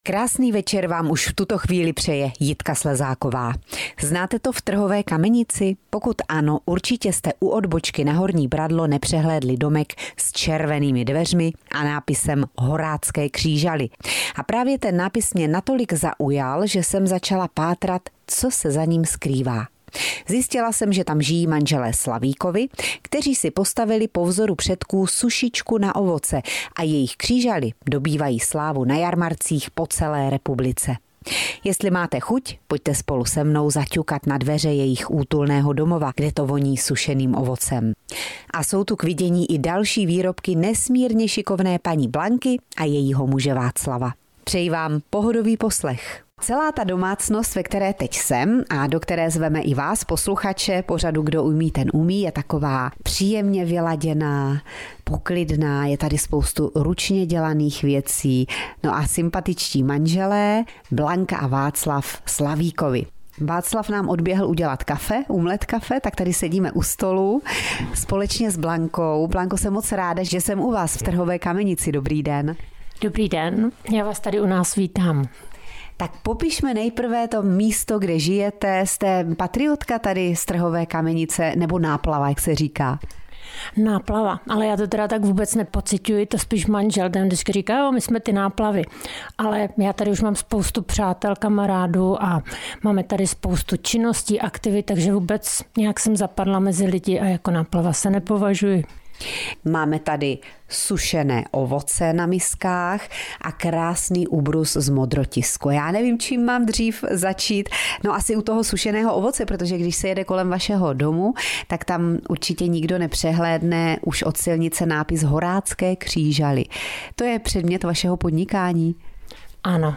Krásný večer vám už v tuto chvíli přeje Jitka Slezáková. Znáte to v Trhové Kamenici? Pokud ano, určitě jste u odbočky na Horní Bradlo nepřehlédli domek s červenými dveřmi a nápisem Horácké křížaly. A právě ten nápis mě natolik zaujal, že jsem začala pátrat, co se za ním skrývá. Zjistila jsem, že tam žijí manželé Slavíkovi, kteří si postavili po vzoru předků sušičku na ovoce a jejich křížaly dobývají slávu na jarmarcích po celé republice. Jestli máte chuť, pojďte spolu se mnou zaťukat na dveře jejich útulného domova, kde to voní sušeným ovocem. A jsou tu k vidění i další výrobky nesmírně šikovné paní Blanky a jejího muže Václava. Přeji vám pohodový poslech. Celá ta domácnost, ve které teď jsem a do které zveme i vás, posluchače, pořadu Kdo umí, ten umí, je taková příjemně vyladěná, poklidná, je tady spoustu ručně dělaných věcí. No a sympatičtí manželé Blanka a Václav Slavíkovi. Václav nám odběhl udělat kafe, umlet kafe, tak tady sedíme u stolu společně s Blankou. Blanko, jsem moc ráda, že jsem u vás v Trhové Kamenici. Dobrý den. Dobrý den, já vás tady u nás vítám. Tak popišme nejprve to místo, kde žijete. Jste patriotka tady z Trhové Kamenice nebo náplava, jak se říká? Náplava, ale já to teda tak vůbec nepociťuji, to spíš manžel, ten vždycky říká, jo, my jsme ty náplavy. Ale já tady už mám spoustu přátel, kamarádů a máme tady spoustu činností, aktivit, takže vůbec nějak jsem zapadla mezi lidi a jako náplava se nepovažuji. Máme tady sušené ovoce na miskách a krásný ubrus z modrotisku. Já nevím, čím mám dřív začít. No asi u toho sušeného ovoce, protože když se jede kolem vašeho domu, tak tam určitě nikdo nepřehlédne už od silnice nápis Horácké křížaly. To je předmět vašeho podnikání? Ano.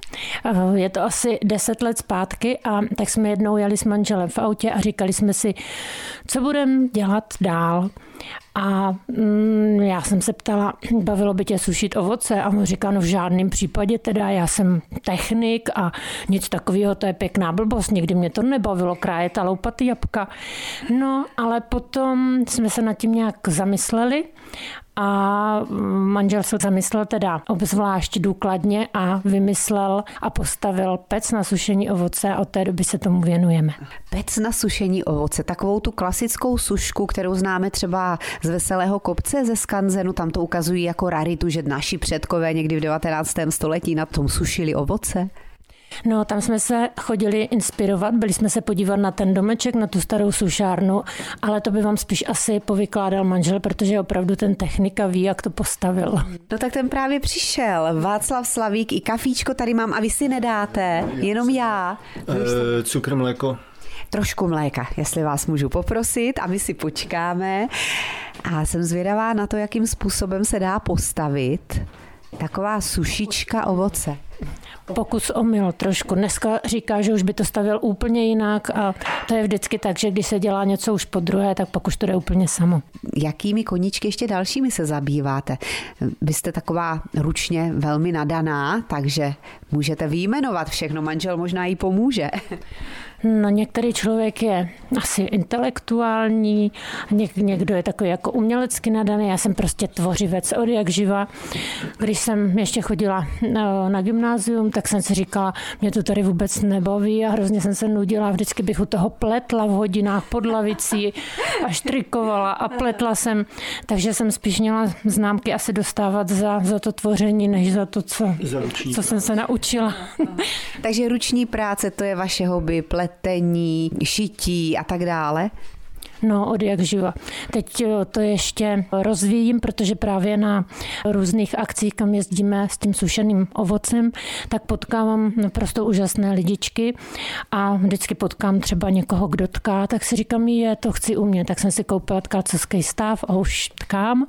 Je to asi 10 let zpátky a tak jsme jednou jeli s manželem v autě a říkali jsme si, co budeme dělat dál. A já jsem se ptala, bavilo by tě sušit ovoce? A on říká, no v žádném případě teda, já jsem technik a nic takového, to je pěkná blbost, nikdy mě to nebavilo, krájet a loupat jabka. No, ale potom jsme se nad tím nějak zamysleli a manžel se zamyslel teda obzvlášť důkladně a vymyslel a postavil pec na sušení ovoce a od té doby se tomu věnujeme. Pec na sušení ovoce, takovou tu klasickou sušku, kterou známe třeba z Veselého kopce ze skanzenu, tam to ukazují jako raritu, že naši předkové někdy v 19. století na tom sušili ovoce. No, tam jsme se chodili inspirovat, byli jsme se podívat na ten domeček, na tu starou sušárnu, ale to by vám spíš asi povykládal manžel, protože opravdu ten technika ví, jak to postavil. No tak ten právě přišel, Václav Slavík, i kafíčko tady mám a vy si nedáte, jenom já. Cukr, mléko. Trošku mléka, jestli vás můžu poprosit a my si počkáme. A jsem zvědavá na to, jakým způsobem se dá postavit taková sušička ovoce. Pokus omyl trošku. Dneska říká, že už by to stavil úplně jinak a to je vždycky tak, že když se dělá něco už po druhé, tak pak už to jde úplně samo. Jakými koníčky ještě dalšími se zabýváte? Vy jste taková ručně velmi nadaná, takže můžete vyjmenovat všechno, manžel možná jí pomůže. No, některý člověk je asi intelektuální, někdo je takový jako umělecky nadaný, já jsem prostě tvořivec od jak živa. Když jsem ještě chodila na gymnázium, tak jsem si říkala, mě to tady vůbec nebaví a hrozně jsem se nudila, vždycky bych u toho pletla v hodinách pod lavicí a štrikovala a pletla jsem, takže jsem spíš měla známky asi dostávat za to tvoření, než za to, co jsem se naučila. Takže ruční práce, to je vaše hobby, pletení, šití a tak dále? No, od jak živa. Teď to ještě rozvíjím, protože právě na různých akcích, kam jezdíme s tím sušeným ovocem, tak potkávám naprosto úžasné lidičky a vždycky potkám třeba někoho, kdo tká, tak si říkám, to chci umět, tak jsem si koupila tkalcovský stáv a už tkám.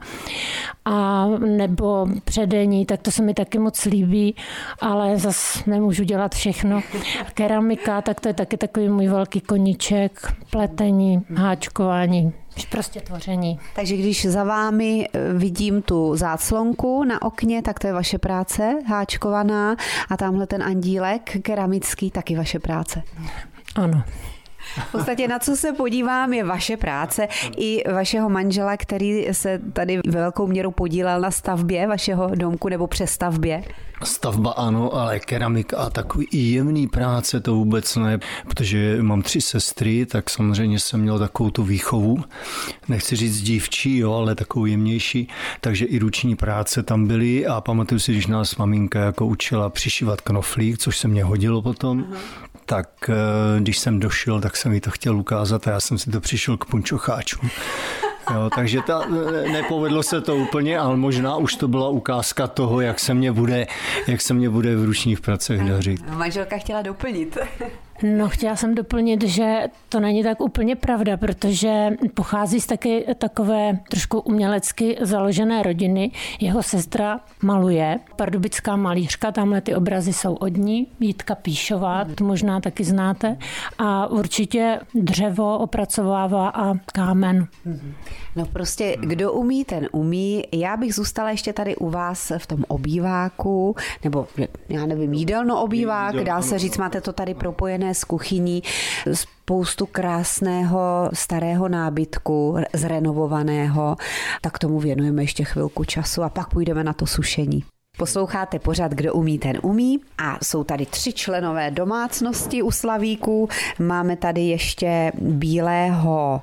A nebo předení, tak to se mi taky moc líbí, ale zas nemůžu dělat všechno. Keramika, tak to je taky takový můj velký koníček, pletení, háčkování, prostě tvoření. Takže když za vámi vidím tu záclonku na okně, tak to je vaše práce, háčkovaná, a tamhle ten andílek keramický, taky vaše práce. Ano. V podstatě na co se podívám je vaše práce i vašeho manžela, který se tady velkou měrou podílel na stavbě vašeho domku nebo přestavbě. Stavba ano, ale keramika a takový jemný práce to vůbec ne, protože mám 3 sestry, tak samozřejmě jsem měl takovou tu výchovu, nechci říct dívčí, jo, ale takovou jemnější, takže i ruční práce tam byly a pamatuju si, když nás maminka jako učila přišívat knoflík, což se mě hodilo potom, tak když jsem došel, tak jsem jí to chtěl ukázat a já jsem si to přišel k punčocháčům. Jo, takže nepovedlo se to úplně, ale možná už to byla ukázka toho, jak se mě bude v ručních pracech dařit. Manželka chtěla doplnit. No, chtěla jsem doplnit, že to není tak úplně pravda, protože pochází z taky takové trošku umělecky založené rodiny. Jeho sestra maluje, pardubická malířka, tamhle ty obrazy jsou od ní, Jitka Píšová, to možná taky znáte, a určitě dřevo opracovává a kámen. No prostě, kdo umí, ten umí. Já bych zůstala ještě tady u vás v tom obýváku, nebo já nevím, jídelno obývák, dá se říct, máte to tady propojené s kuchyní, spoustu krásného starého nábytku, zrenovovaného, tak tomu věnujeme ještě chvilku času a pak půjdeme na to sušení. Posloucháte pořad Kdo umí, ten umí a jsou tady 3 členové domácnosti u Slavíků. Máme tady ještě bílého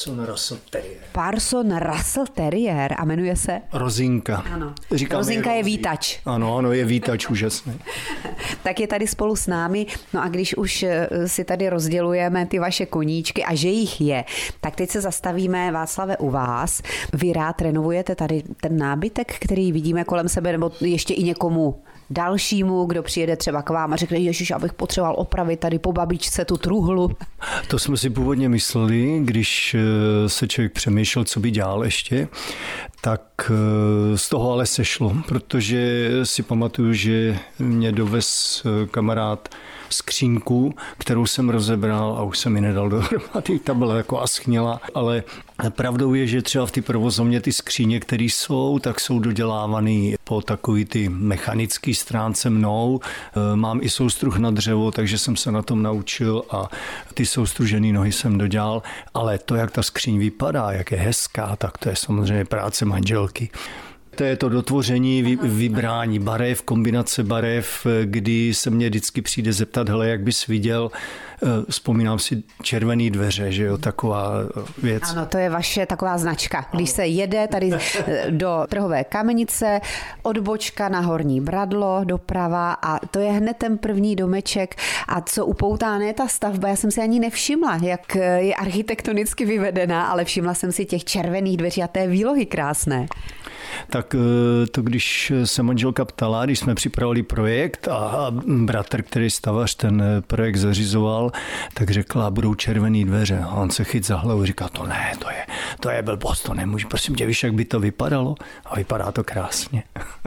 Parson Russell Terrier a jmenuje se? Rozinka. Ano. Rozinka je vítač. Ano, je vítač úžasný. Tak je tady spolu s námi. No a když už si tady rozdělujeme ty vaše koníčky a že jich je, tak teď se zastavíme, Václave, u vás. Vy rád renovujete tady ten nábytek, který vidíme kolem sebe, nebo ještě i někomu dalšímu, kdo přijede třeba k vám a řekne, ježiš, abych potřeboval opravit tady po babičce tu truhlu. To jsme si původně mysleli, když se člověk přemýšlel, co by dělal ještě, tak z toho ale sešlo, protože si pamatuju, že mě dovez kamarád skřínku, kterou jsem rozebral a už jsem ji nedal dohromady, ta byla jako aschněla, ale pravdou je, že třeba v té provozovně ty skříně, které jsou, tak jsou dodělávaný po takový ty mechanický stránce mnou. Mám i soustruh na dřevo, takže jsem se na tom naučil a ty soustružené nohy jsem dodělal, ale to, jak ta skříň vypadá, jak je hezká, tak to je samozřejmě práce manželky. To je to dotvoření, vybrání barev, kombinace barev, kdy se mě vždycky přijde zeptat, hele, jak bys viděl, vzpomínám si červený dveře, že jo, taková věc. Ano, to je vaše taková značka. Když se jede tady do Trhové Kamenice, odbočka na Horní Bradlo, doprava a to je hned ten první domeček a co upoutá, ne ta stavba, já jsem si ani nevšimla, jak je architektonicky vyvedená, ale všimla jsem si těch červených dveří a té výlohy krásné. Tak to, když se manželka ptala, když jsme připravili projekt a bratr, který stavař ten projekt zařizoval, tak řekla, budou červený dveře. A on se chyt za hlavu, říká, to je blbost, to nemůže, prosím tě, víš, jak by to vypadalo? A vypadá to krásně.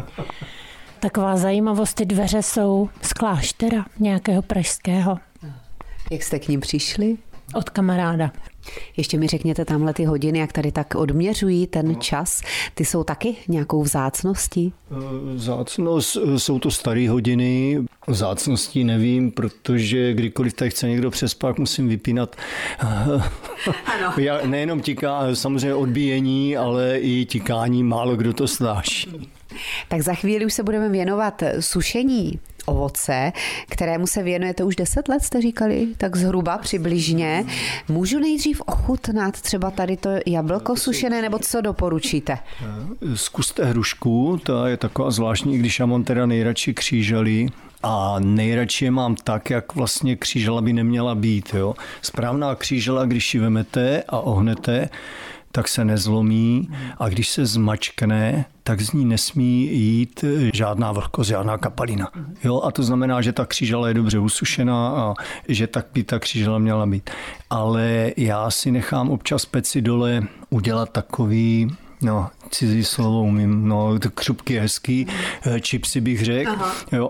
Taková zajímavost, ty dveře jsou z kláštera nějakého pražského. Jak jste k ním přišli? Od kamaráda. Ještě mi řekněte tamhle ty hodiny, jak tady tak odměřují ten čas. Ty jsou taky nějakou vzácností? Vzácnost, jsou to staré hodiny. Vzácností nevím, protože kdykoliv tady chce někdo přespat, musím vypínat. Ano. Nejenom samozřejmě odbíjení, ale i tikání, málo kdo to snáší. Tak za chvíli už se budeme věnovat sušení ovoce, kterému se věnujete už 10 let, jste říkali, tak zhruba přibližně. Můžu nejdřív ochutnat třeba tady to jablko sušené, nebo co doporučíte? Zkuste hrušku, ta je taková zvláštní, když já mám teda nejradši křížaly. A nejradši je mám tak, jak vlastně křížala by neměla být. Jo? Správná křížala, když ji vemete a ohnete, tak se nezlomí a když se zmačkne, tak z ní nesmí jít žádná vlhkost, žádná kapalina. Jo? A to znamená, že ta křížala je dobře usušená a že tak by ta křížala měla být. Ale já si nechám občas peci dole udělat takový, cizí slovo umím, křupky hezký, čipsy bych řekl. Jo.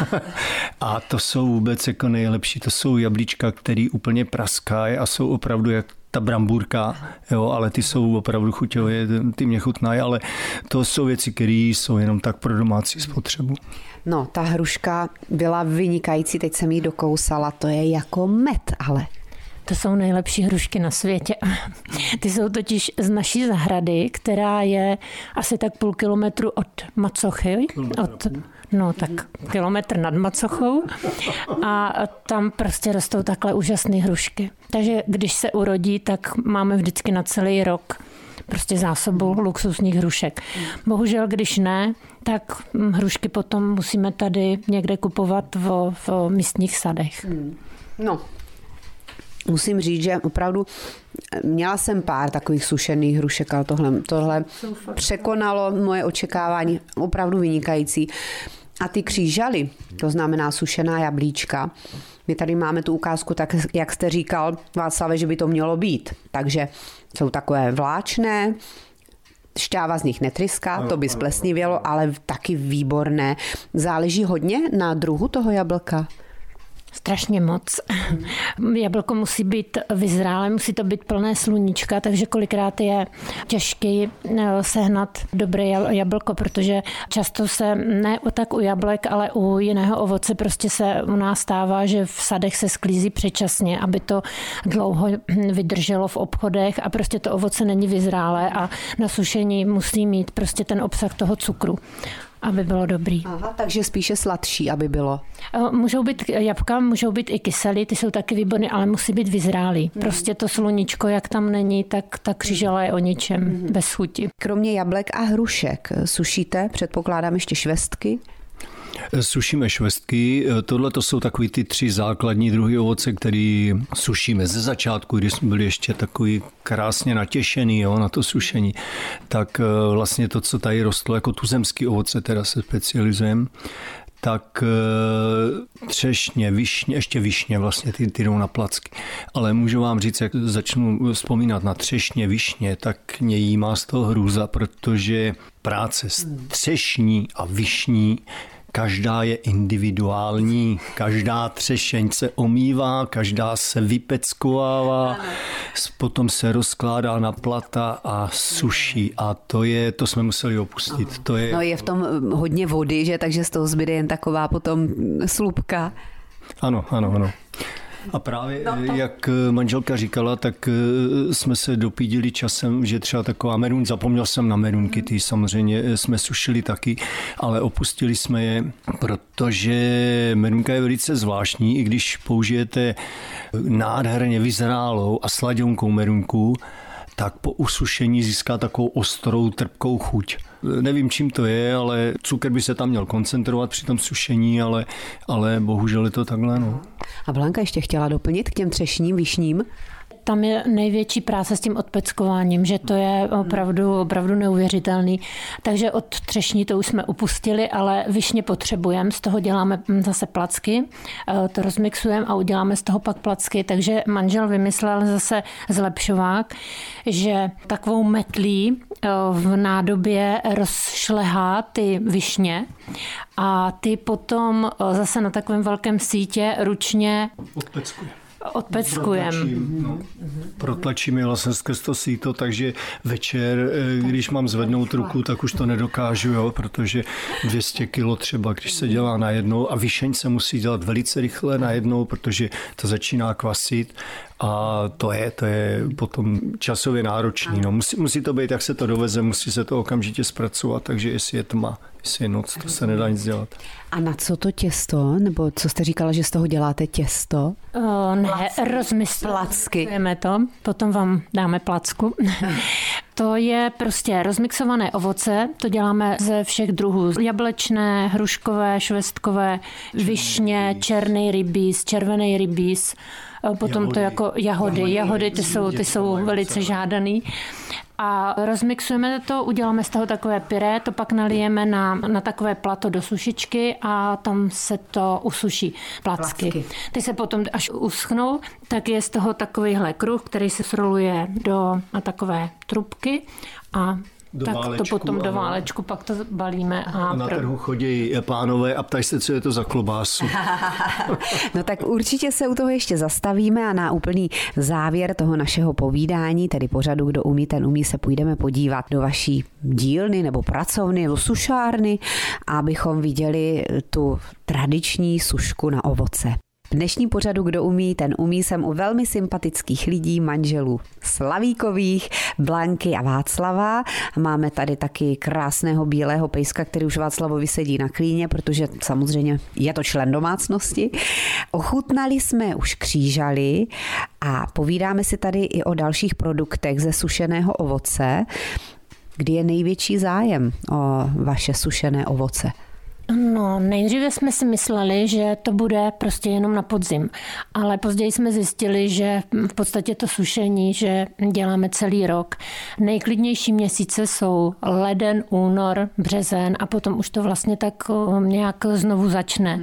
A to jsou vůbec jako nejlepší, to jsou jablíčka, které úplně praskají a jsou opravdu jak ta brambůrka, jo, ale ty jsou opravdu chuťové, ty mě chutnají, ale to jsou věci, které jsou jenom tak pro domácí spotřebu. No, ta hruška byla vynikající, teď jsem ji dokousala, to je jako med, ale... To jsou nejlepší hrušky na světě. Ty jsou totiž z naší zahrady, která je asi tak 0,5 kilometru od Macochy. Tak kilometr nad Macochou. A tam prostě rostou takhle úžasné hrušky. Takže když se urodí, tak máme vždycky na celý rok prostě zásobu luxusních hrušek. Bohužel, když ne, tak hrušky potom musíme tady někde kupovat v místních sadech. No, musím říct, že opravdu měla jsem pár takových sušených hrušek, ale tohle překonalo moje očekávání, opravdu vynikající. A ty křížaly, to znamená sušená jablíčka, my tady máme tu ukázku, tak jak jste říkal, Václave, že by to mělo být. Takže jsou takové vláčné, šťáva z nich netryská, to by splesnivělo, ale taky výborné. Záleží hodně na druhu toho jablka. Strašně moc. Jablko musí být vyzrálé, musí to být plné sluníčka, takže kolikrát je těžký sehnat dobré jablko, protože často se ne tak u jablek, ale u jiného ovoce prostě se u nás stává, že v sadech se sklízí předčasně, aby to dlouho vydrželo v obchodech a prostě to ovoce není vyzrálé a na sušení musí mít prostě ten obsah toho cukru, aby bylo dobrý. Aha, takže spíše sladší, aby bylo. Můžou být jabka, můžou být i kyselý, ty jsou taky výborné, ale musí být vyzrálý. Prostě to sluníčko, jak tam není, tak ta křížela je o ničem, bez chuti. Kromě jablek a hrušek sušíte, předpokládám, ještě švestky? Sušíme švestky. Tohle to jsou takový ty 3 základní druhy ovoce, který sušíme ze začátku, když jsme byli ještě takový krásně natěšený na to sušení. Tak vlastně to, co tady rostlo jako tuzemský ovoce, teda se specializujeme, tak třešně, višně, ještě višně vlastně ty jdou na placky. Ale můžu vám říct, jak začnu vzpomínat na třešně, višně, tak mě jí má z toho hrůza, protože práce s třešní a višní každá je individuální, každá třešeň se omývá, každá se vypeckovává, potom se rozkládá na plata a suší a to jsme museli opustit. Je v tom hodně vody, že, takže z toho zbyde jen taková potom slupka. Ano. A právě jak manželka říkala, tak jsme se dopídili časem, že třeba taková merun, zapomněl jsem na merunky, ty samozřejmě jsme sušili taky, ale opustili jsme je, protože merunka je velice zvláštní, i když použijete nádherně vyzrálou a sladěnkou merunku, tak po usušení získá takovou ostrou, trpkou chuť. Nevím, čím to je, ale cukr by se tam měl koncentrovat při tom sušení, ale bohužel je to takhle. No. A Blanka ještě chtěla doplnit k těm třešním, višním? Tam je největší práce s tím odpeckováním, že to je opravdu neuvěřitelný. Takže od třešní to už jsme upustili, ale višně potřebujeme, z toho děláme zase placky, to rozmixujeme a uděláme z toho pak placky. Takže manžel vymyslel zase zlepšovák, že takovou metlí v nádobě rozšlehá ty višně a ty potom zase na takovém velkém sítě ručně odpeckujeme. Protlačíme vlastně skrz to síto, takže večer, když mám zvednout ruku, tak už to nedokážu, protože 200 kilo třeba, když se dělá najednou a višeň se musí dělat velice rychle najednou, protože to začíná kvasit a to je potom časově náročný. No, musí to být, jak se to doveze, musí se to okamžitě zpracovat, takže jestli je tma, jestli je noc, to se nedá nic dělat. A na co to těsto? Nebo co jste říkala, že z toho děláte těsto? Rozmyslujeme to, potom vám dáme placku. To je prostě rozmixované ovoce, to děláme ze všech druhů. Jablečné, hruškové, švestkové, višně, černý rybíz, červený rybíz, potom to jako jahody, ty jsou velice žádaný. A rozmixujeme to, uděláme z toho takové pyré, to pak nalijeme na takové plato do sušičky a tam se to usuší placky. Ty se potom, až uschnou, tak je z toho takovýhle kruh, který se sroluje na takové trubky a tak to potom do válečku, pak to balíme. A na trhu chodí pánové a ptají se, co je to za klobásu. No tak určitě se u toho ještě zastavíme a na úplný závěr toho našeho povídání, tedy pořadu Kdo umí, ten umí, se půjdeme podívat do vaší dílny nebo pracovny nebo sušárny, abychom viděli tu tradiční sušku na ovoce. V dnešním pořadu Kdo umí, ten umí jsem u velmi sympatických lidí, manželů Slavíkových, Blanky a Václava. Máme tady taky krásného bílého pejska, který už Václavovi sedí na klíně, protože samozřejmě je to člen domácnosti. Ochutnali jsme už křížaly a povídáme si tady i o dalších produktech ze sušeného ovoce. Kdy je největší zájem o vaše sušené ovoce? No, nejdříve jsme si mysleli, že to bude prostě jenom na podzim, ale později jsme zjistili, že v podstatě to sušení, že děláme celý rok. Nejklidnější měsíce jsou leden, únor, březen a potom už to vlastně tak nějak znovu začne.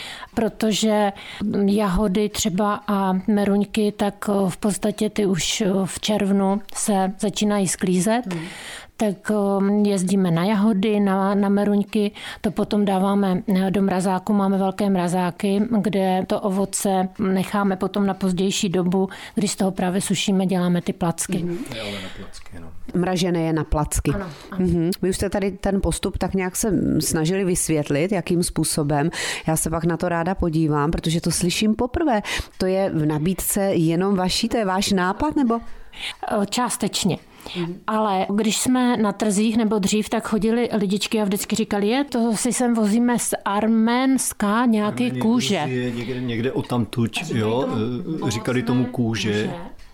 Protože jahody třeba a meruňky, tak v podstatě ty už v červnu se začínají sklízet. Tak jezdíme na jahody, na meruňky, to potom dáváme do mrazáku, máme velké mrazáky, kde to ovoce necháme potom na pozdější dobu, když z toho právě sušíme, děláme ty placky. Ale na placky, no. Mražené je na placky. Ano. Vy už jste tady ten postup tak nějak se snažili vysvětlit, jakým způsobem. Já se pak na to ráda podívám, protože to slyším poprvé. To je v nabídce jenom vaší, to je váš nápad, nebo? Částečně. Ale když jsme na trzích nebo dřív, tak chodili lidičky a vždycky říkali, to si sem vozíme z Arménska nějaký kůže. Někde odtamtud, jo, říkali tomu kůže.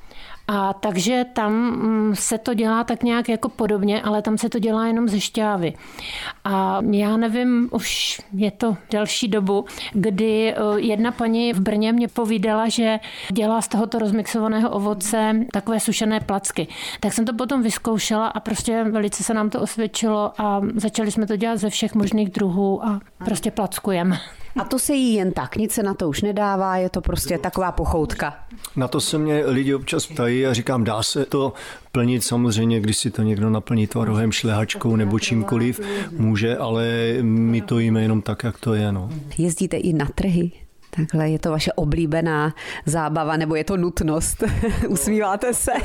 A takže tam se to dělá tak nějak jako podobně, ale tam se to dělá jenom ze šťávy. A já nevím, už je to delší dobu, kdy jedna paní v Brně mě povídala, že dělá z tohoto rozmixovaného ovoce takové sušené placky. Tak jsem to potom vyzkoušela a prostě velice se nám to osvědčilo a začali jsme to dělat ze všech možných druhů a prostě plackujeme. A to se jí jen tak, nic se na to už nedává, je to prostě taková pochoutka. Na to se mě lidi občas ptají a říkám, dá se to plnit samozřejmě, když si to někdo naplní tvarohem, šlehačkou nebo čímkoliv, může, ale my to jíme jenom tak, jak to je. No. Jezdíte i na trhy? Takhle je to vaše oblíbená zábava, nebo je to nutnost? Usmíváte se?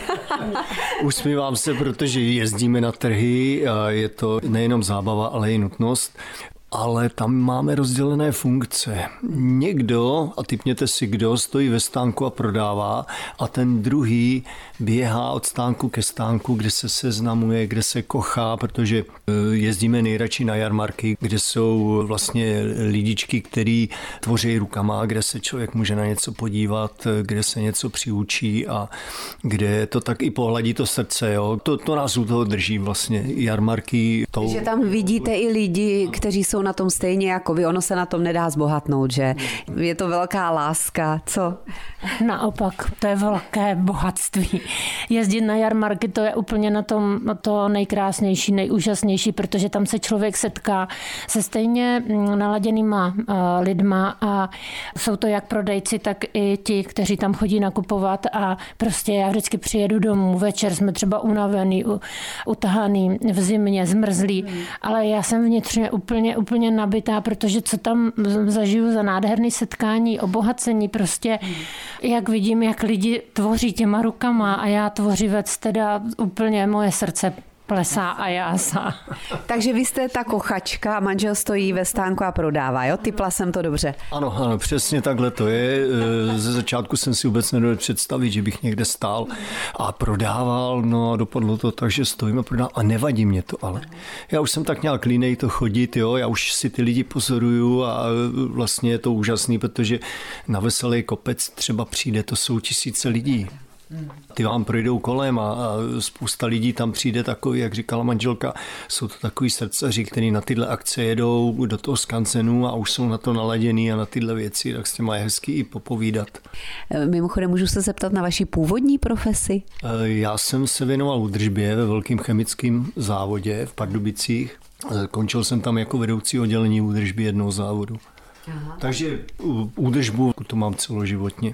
Usmívám se, protože jezdíme na trhy a je to nejenom zábava, ale i nutnost. Ale tam máme rozdělené funkce. Někdo, a tipněte si kdo, stojí ve stánku a prodává a ten druhý běhá od stánku ke stánku, kde se seznamuje, kde se kochá, protože jezdíme nejradši na jarmarky, kde jsou vlastně lidičky, který tvoří rukama, kde se člověk může na něco podívat, kde se něco přiučí a kde to tak i pohladí to srdce. Jo. To nás u toho drží vlastně jarmarky. Že tam vidíte i lidi, kteří jsou na tom stejně jako vy, ono se na tom nedá zbohatnout, že? Je to velká láska, co? Naopak, to je velké bohatství. Jezdit na jarmarky, to je úplně na tom to nejkrásnější, nejúžasnější, protože tam se člověk setká se stejně naladěnýma lidma a jsou to jak prodejci, tak i ti, kteří tam chodí nakupovat a prostě já vždycky přijedu domů, večer jsme třeba unavený, utahaný v zimě, zmrzlý, ale já jsem vnitřně úplně nabitá, protože co tam zažiju za nádherné setkání, obohacení, prostě jak vidím, jak lidi tvoří těma rukama a já tvořivec, teda úplně moje srdce plesá a jásá. Takže vy jste ta kochačka a manžel stojí ve stánku a prodává, jo? Typla jsem to dobře. Ano, přesně takhle to je. Ze začátku jsem si vůbec nedovedl představit, že bych někde stál a prodával, no a dopadlo to tak, že stojím a prodávám a nevadí mě to, ale já už jsem tak nějak línej to chodit, jo, já už si ty lidi pozoruju a vlastně je to úžasný, protože na Veselý kopec třeba přijde, to jsou tisíce lidí. Ty vám projdou kolem a spousta lidí tam přijde takový, jak říkala manželka, jsou to takový srdcaři, kteří na tyhle akce jedou do toho skansenu a už jsou na to naladěný a na tyhle věci, tak s těma je hezky i popovídat. Mimochodem, můžu se zeptat na vaši původní profesi? Já jsem se věnoval údržbě ve velkém chemickém závodě v Pardubicích. Končil jsem tam jako vedoucí oddělení údržby jednoho závodu. Aha. Takže údržbu to mám celoživotně.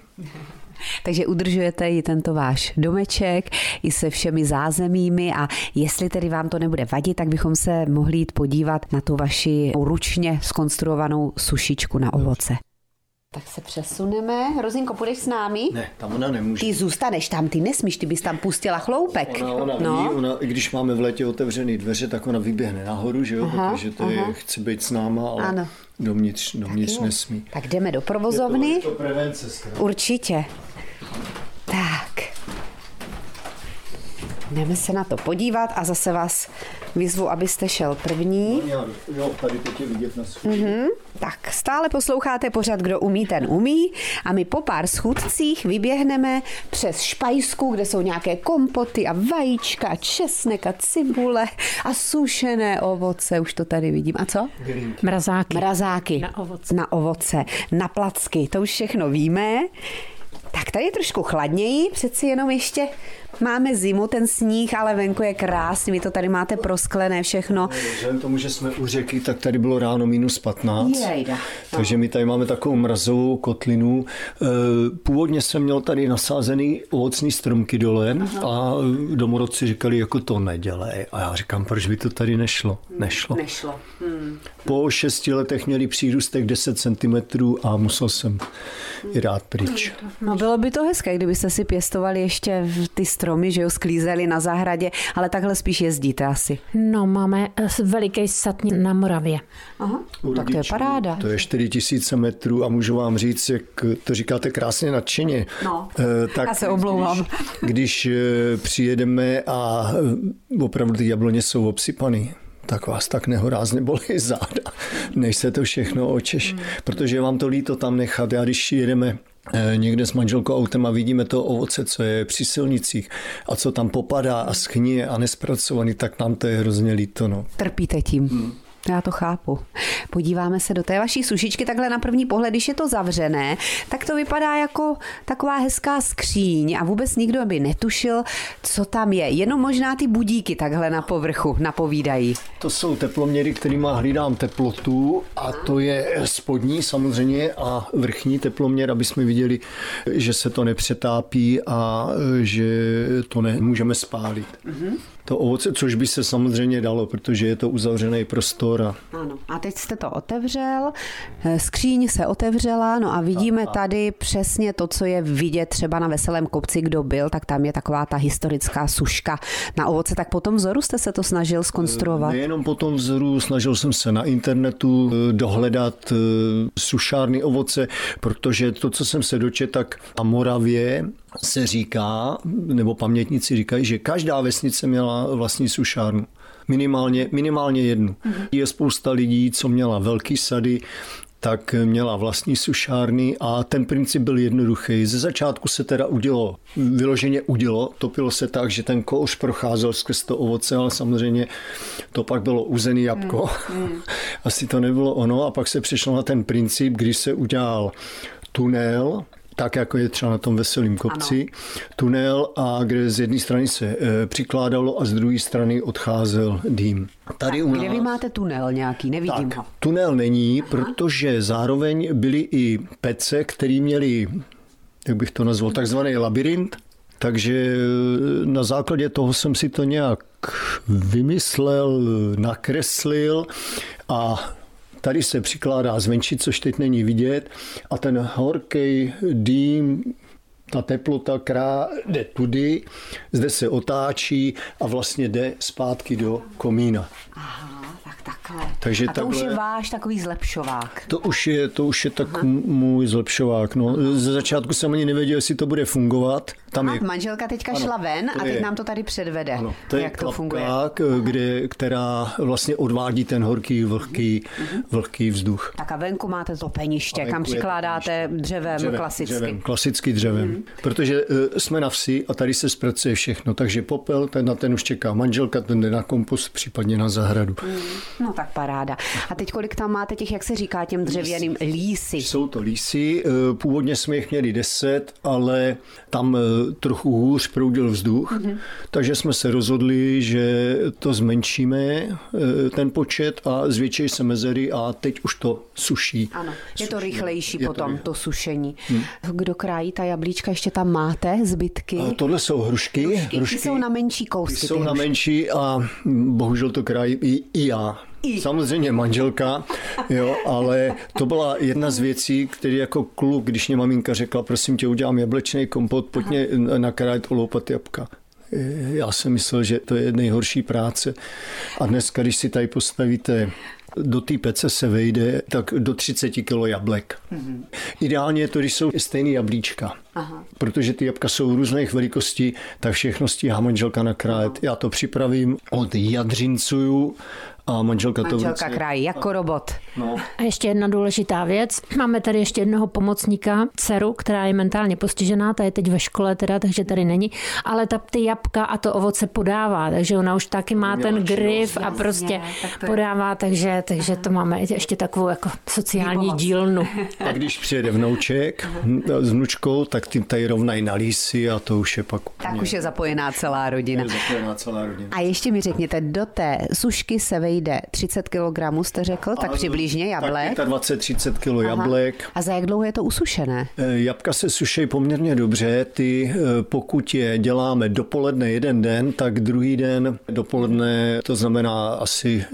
Takže udržujete i tento váš domeček i se všemi zázemími a jestli tedy vám to nebude vadit, tak bychom se mohli jít podívat na tu vaši ručně zkonstruovanou sušičku na ovoce. Tak se přesuneme. Rozinko, půjdeš s námi? Ne, tam ona nemůže. Ty zůstaneš tam, ty nesmíš, ty bys tam pustila chloupek. Ona, i když máme v létě otevřený dveře, tak ona vyběhne nahoru, že jo, protože to chce být s náma, ale ano. dovnitř nesmí. Tak jdeme do provozovny. Je to prevence. Určitě. Tak. Jdeme se na to podívat a zase vás vyzvu, abyste šel první. Jo, tady teď je vidět na Tak, stále posloucháte pořad Kdo umí, ten umí a my po pár schůdcích vyběhneme přes špajsku, kde jsou nějaké kompoty a vajíčka a česnek a cibule a sušené ovoce, už to tady vidím. A co? Mrazáky. Na ovoce, na placky, to už všechno víme. Tak tady je trošku chladněji, přeci jenom ještě máme zimu, ten sníh, ale venku je krásný, vy to tady máte prosklené všechno. Vzhledem tomu, že jsme u řeky, tak tady bylo ráno -15. Jejda. Takže my tady máme takovou mrazovou kotlinu. Původně jsem měl tady nasázený ovocný stromky dole a domorodci říkali, jako to nedělej. A já říkám, proč by to tady nešlo? Nešlo. Po 6 letech měli přírůstek 10 cm a musel jsem i dát pryč. No bylo by to hezké, kdybyste si pěstovali ještě ty stromy, že jo, sklízeli na zahradě, ale takhle spíš jezdíte asi. No, máme veliký sad na Moravě. Aha, tak to je paráda. To je 4000 metrů a můžu vám říct, jak to říkáte krásně nadšeně. No, tak já se omlouvám. Když přijedeme a opravdu ty jabloně jsou obsypaný, tak vás tak nehorázně bolí záda, než se to všechno očeš. Protože je vám to líto tam nechat. Já když jedeme někde s manželkou autem a vidíme to ovoce, co je při silnicích a co tam popadá a schnije a nespracovaný, tak nám to je hrozně líto. No. Trpíte tím. Já to chápu. Podíváme se do té vaší sušičky takhle na první pohled, když je to zavřené, tak to vypadá jako taková hezká skříň a vůbec nikdo by netušil, co tam je. Jenom možná ty budíky takhle na povrchu napovídají. To jsou teploměry, kterýma hlídám teplotu a to je spodní samozřejmě a vrchní teploměr, aby jsme viděli, že se to nepřetápí a že to nemůžeme spálit. To ovoce, což by se samozřejmě dalo, protože je to uzavřený prostor. Ano. A teď jste to otevřel, skříň se otevřela, no a vidíme tady přesně to, co je vidět třeba na Veselém kopci, kdo byl, tak tam je taková ta historická suška na ovoce. Tak po tom vzoru jste se to snažil zkonstruovat? Nejenom po tom vzoru, snažil jsem se na internetu dohledat sušárny ovoce, protože to, co jsem se dočetl, tak na Moravě se říká, nebo pamětníci říkají, že každá vesnice měla vlastní sušárnu. Minimálně jednu. Je spousta lidí, co měla velký sady, tak měla vlastní sušárny a ten princip byl jednoduchý. Ze začátku se teda vyloženě udilo, topilo se tak, že ten kouř procházel skrz to ovoce, ale samozřejmě to pak bylo uzený jabko. Asi to nebylo ono a pak se přešlo na ten princip, když se udělal tunel, tak jako je třeba na tom Veselým kopci, tunel a kde z jedné strany se přikládalo a z druhé strany odcházel dým. Tady u nás, kde vy máte tunel nějaký, nevidím ho. Tunel není, protože zároveň byly i pece, které měly, jak bych to nazval, takzvaný labyrint, takže na základě toho jsem si to nějak vymyslel, nakreslil a tady se přikládá zvenčí, což teď není vidět a ten horký dým, ta teplota, která jde tudy, zde se otáčí a vlastně jde zpátky do komína. Aha, tak takhle. Takže a to takhle, už je váš takový zlepšovák. To už je tak můj zlepšovák. No. Ze začátku jsem ani nevěděl, jestli to bude fungovat. Manželka teďka šla ven a teď nám to tady předvede, to jak to funguje. Která vlastně odvádí ten horký, vlhký vzduch. Tak a venku máte topeniště, kam přikládáte dřevem klasicky. Klasicky dřevem. Protože jsme na vsi a tady se zpracuje všechno, takže popel, na ten už čeká manželka, ten jde na kompost, případně na zahradu. No tak paráda. A teď kolik tam máte těch, jak se říká, těm dřevěným lísy? Jsou to lísy, původně jsme jich měli 10, ale tam trochu hůř proudil vzduch, takže jsme se rozhodli, že to zmenšíme, ten počet a zvětší se mezery a teď už to suší. Ano, je to rychlejší potom, to sušení. Kdo krájí ta jablíčka, ještě tam máte zbytky? Tohle jsou hrušky. Ty jsou na menší kousky. Ty jsou na menší a bohužel to krájí i já. Samozřejmě manželka, jo, ale to byla jedna z věcí, který jako kluk, když mě maminka řekla, prosím tě, udělám jablečný kompot, pojď mě nakrájet oloupat jabka. Já jsem myslel, že to je nejhorší práce. A dneska, když si tady postavíte, do té pece se vejde tak do 30 kilo jablek. Ideálně je to, když jsou stejný jablíčka. Protože ty jabka jsou různých velikostí, tak všechno stíhá manželka nakrájet. Já to připravím, odjadřincuju a manželka krájí jako robot. No. A ještě jedna důležitá věc. Máme tady ještě jednoho pomocníka, dceru, která je mentálně postižená, ta je teď ve škole teda, takže tady není, ale ty jabka a to ovoce podává, takže ona už taky má ten grif a prostě podává, takže to máme ještě takovou jako sociální dílnu. A když přijede vnouček s vnučkou, tak tím tady rovnají na lísy a to už je pak... Tak už je zapojená celá rodina. A ještě mi řekněte, do té sušky se vejde 30 kg, jste řekl, tak přibližně jablek. Tak 20-30 kg jablek. A za jak dlouho je to usušené? Jabka se sušejí poměrně dobře. Pokud je děláme dopoledne jeden den, tak druhý den dopoledne, to znamená asi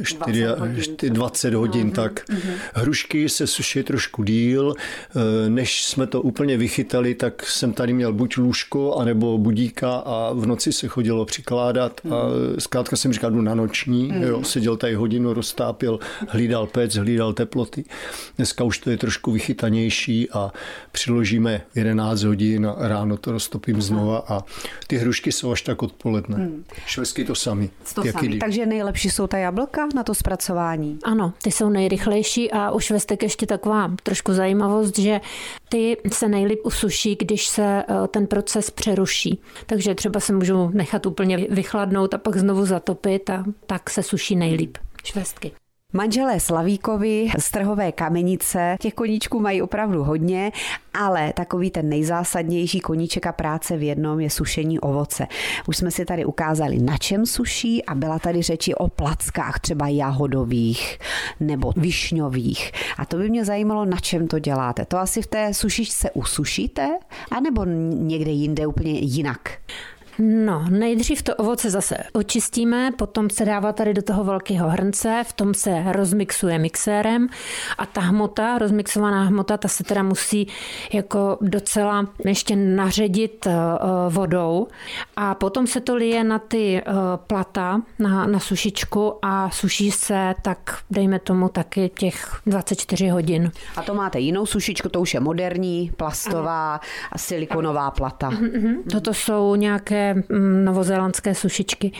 20 hodin. Tak hrušky se suší trošku díl. Než jsme to úplně vychytali, tak jsem tady měl buď lůžko, anebo budíka a v noci se chodilo přikládat a zkrátka jsem říkal, jdu na noční, jo, seděl tady hodinu, roztápil, hlídal pec, hlídal teploty. Dneska už to je trošku vychytanější a přiložíme 11 hodin a ráno to roztopím znova a ty hrušky jsou až tak odpoledne. Švestky to sami. Takže nejlepší jsou ta jablka na to zpracování? Ano, ty jsou nejrychlejší a u švestek ještě taková trošku zajímavost, že ty se nejlíp usuší, když se ten proces přeruší. Takže třeba se můžou nechat úplně vychladnout a pak znovu zatopit a tak se suší nejlíp švestky. Manželé Slavíkovi z Trhové Kamenice, těch koníčků mají opravdu hodně, ale takový ten nejzásadnější koníček a práce v jednom je sušení ovoce. Už jsme si tady ukázali, na čem suší a byla tady řeči o plackách, třeba jahodových nebo višňových. A to by mě zajímalo, na čem to děláte. To asi v té sušičce usušíte, anebo někde jinde úplně jinak? No, nejdřív to ovoce zase očistíme, potom se dává tady do toho velkého hrnce, v tom se rozmixuje mixérem a ta hmota, rozmixovaná hmota, ta se teda musí jako docela ještě naředit vodou a potom se to lije na ty plata, na sušičku a suší se tak, dejme tomu taky těch 24 hodin. A to máte jinou sušičku, to už je moderní, plastová a silikonová plata. Toto jsou nějaké novozélandské sušičky.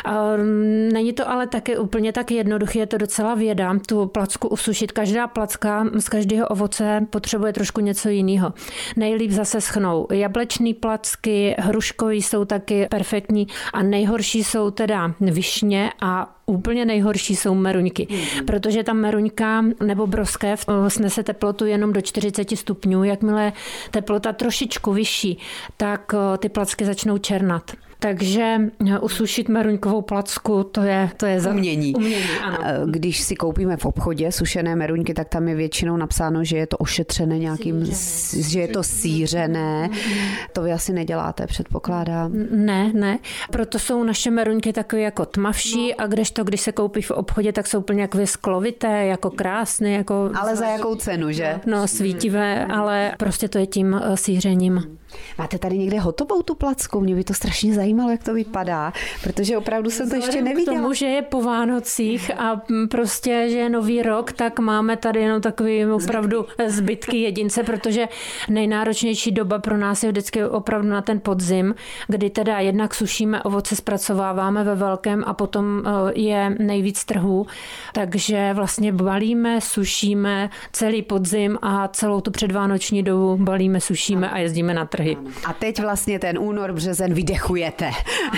Není to ale taky úplně tak jednoduché, je to docela věda, tu placku usušit. Každá placka z každého ovoce potřebuje trošku něco jiného. Nejlíp zase schnou jablečný placky, hruškový jsou taky perfektní a nejhorší jsou teda višně a úplně nejhorší jsou meruňky, protože ta meruňka nebo broskev snese teplotu jenom do 40 stupňů. Jakmile teplota trošičku vyšší, tak ty placky začnou černat. Takže usušit meruňkovou placku, to je umění. Ano. Když si koupíme v obchodě sušené meruňky, tak tam je většinou napsáno, že je to ošetřené nějakým, že je to sýřené. To vy asi neděláte, předpokládám. Ne. Proto jsou naše meruňky takové jako tmavší a kdežto, když se koupí v obchodě, tak jsou úplně jako sklovité, jako krásné. Jako... Ale za jakou cenu, že? No, svítivé, ale prostě to je tím sýřením. Máte tady někde hotovou tu placku? Mě by to strašně zajímalo, jak to vypadá, protože opravdu jsem to ještě neviděla. K tomu, že je po Vánocích a prostě, že je nový rok, tak máme tady jenom takový opravdu zbytky jedince, protože nejnáročnější doba pro nás je vždycky opravdu na ten podzim, kdy teda jednak sušíme ovoce, zpracováváme ve velkém a potom je nejvíc trhů. Takže vlastně balíme, sušíme celý podzim a celou tu předvánoční dobu balíme, sušíme a jezdíme na trhy. A teď vlastně ten únor, březen vydechujete.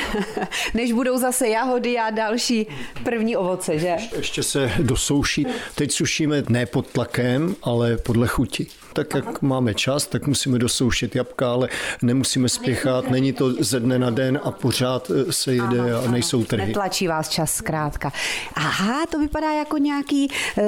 Než budou zase jahody a další první ovoce, že? Ještě se dosouší. Teď sušíme ne pod tlakem, ale podle chuti. Tak jak máme čas, tak musíme dosoušit jabka, ale nemusíme spěchat. Není to ze dne na den a pořád se jede a nejsou trhy. Netlačí vás čas zkrátka. Aha, to vypadá jako nějaký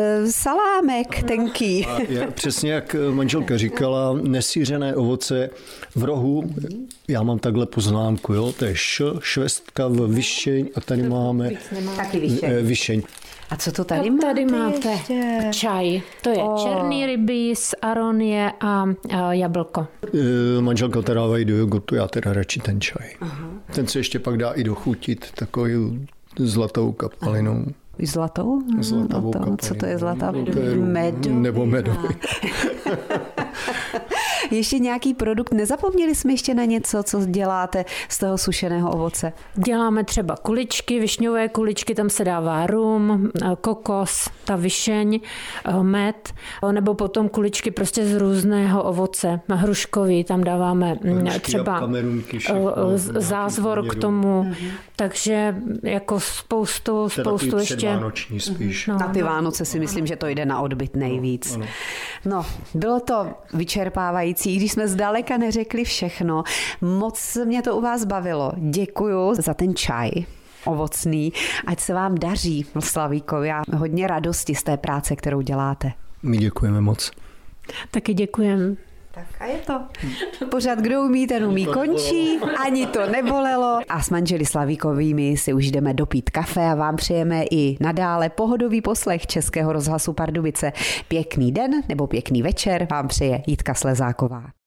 salámek tenký. Přesně jak manželka říkala, nesýřené ovoce v rohu, já mám takhle poznámku, jo, to je švestka, višeň a tady máme taky višeň. A co to tady máte? Tady máte ještě? čaj. To je černý rybíz, aronie a jablko. Manželka teda dávají do jogurtu, já teda radši ten čaj. Aha. Ten se ještě pak dá i dochutit takovou zlatou kapalinou. Zlatou? Zlatovou kapalinou. Co to je zlatá? Medu. Nebo medový. Ještě nějaký produkt? Nezapomněli jsme ještě na něco, co děláte z toho sušeného ovoce? Děláme třeba kuličky, višňové kuličky, tam se dává rum, kokos, ta višeň, med, nebo potom kuličky prostě z různého ovoce, hruškový, tam dáváme třeba zázvor k tomu, takže jako spoustu ještě. Vánoční spíš. Na ty Vánoce si myslím, že to jde na odbyt nejvíc. No, bylo to vyčerpávající, i když jsme zdaleka neřekli všechno. Moc mě to u vás bavilo. Děkuju za ten čaj ovocný. Ať se vám daří, Slavíkovi, a hodně radosti z té práce, kterou děláte. My děkujeme moc. Taky děkujeme. Tak a je to. Pořád kdo umí, ten umí končí, ani to nebolelo. A s manželi Slavíkovými si už jdeme dopít kafe a vám přejeme i nadále pohodový poslech Českého rozhlasu Pardubice. Pěkný den nebo pěkný večer vám přeje Jitka Slezáková.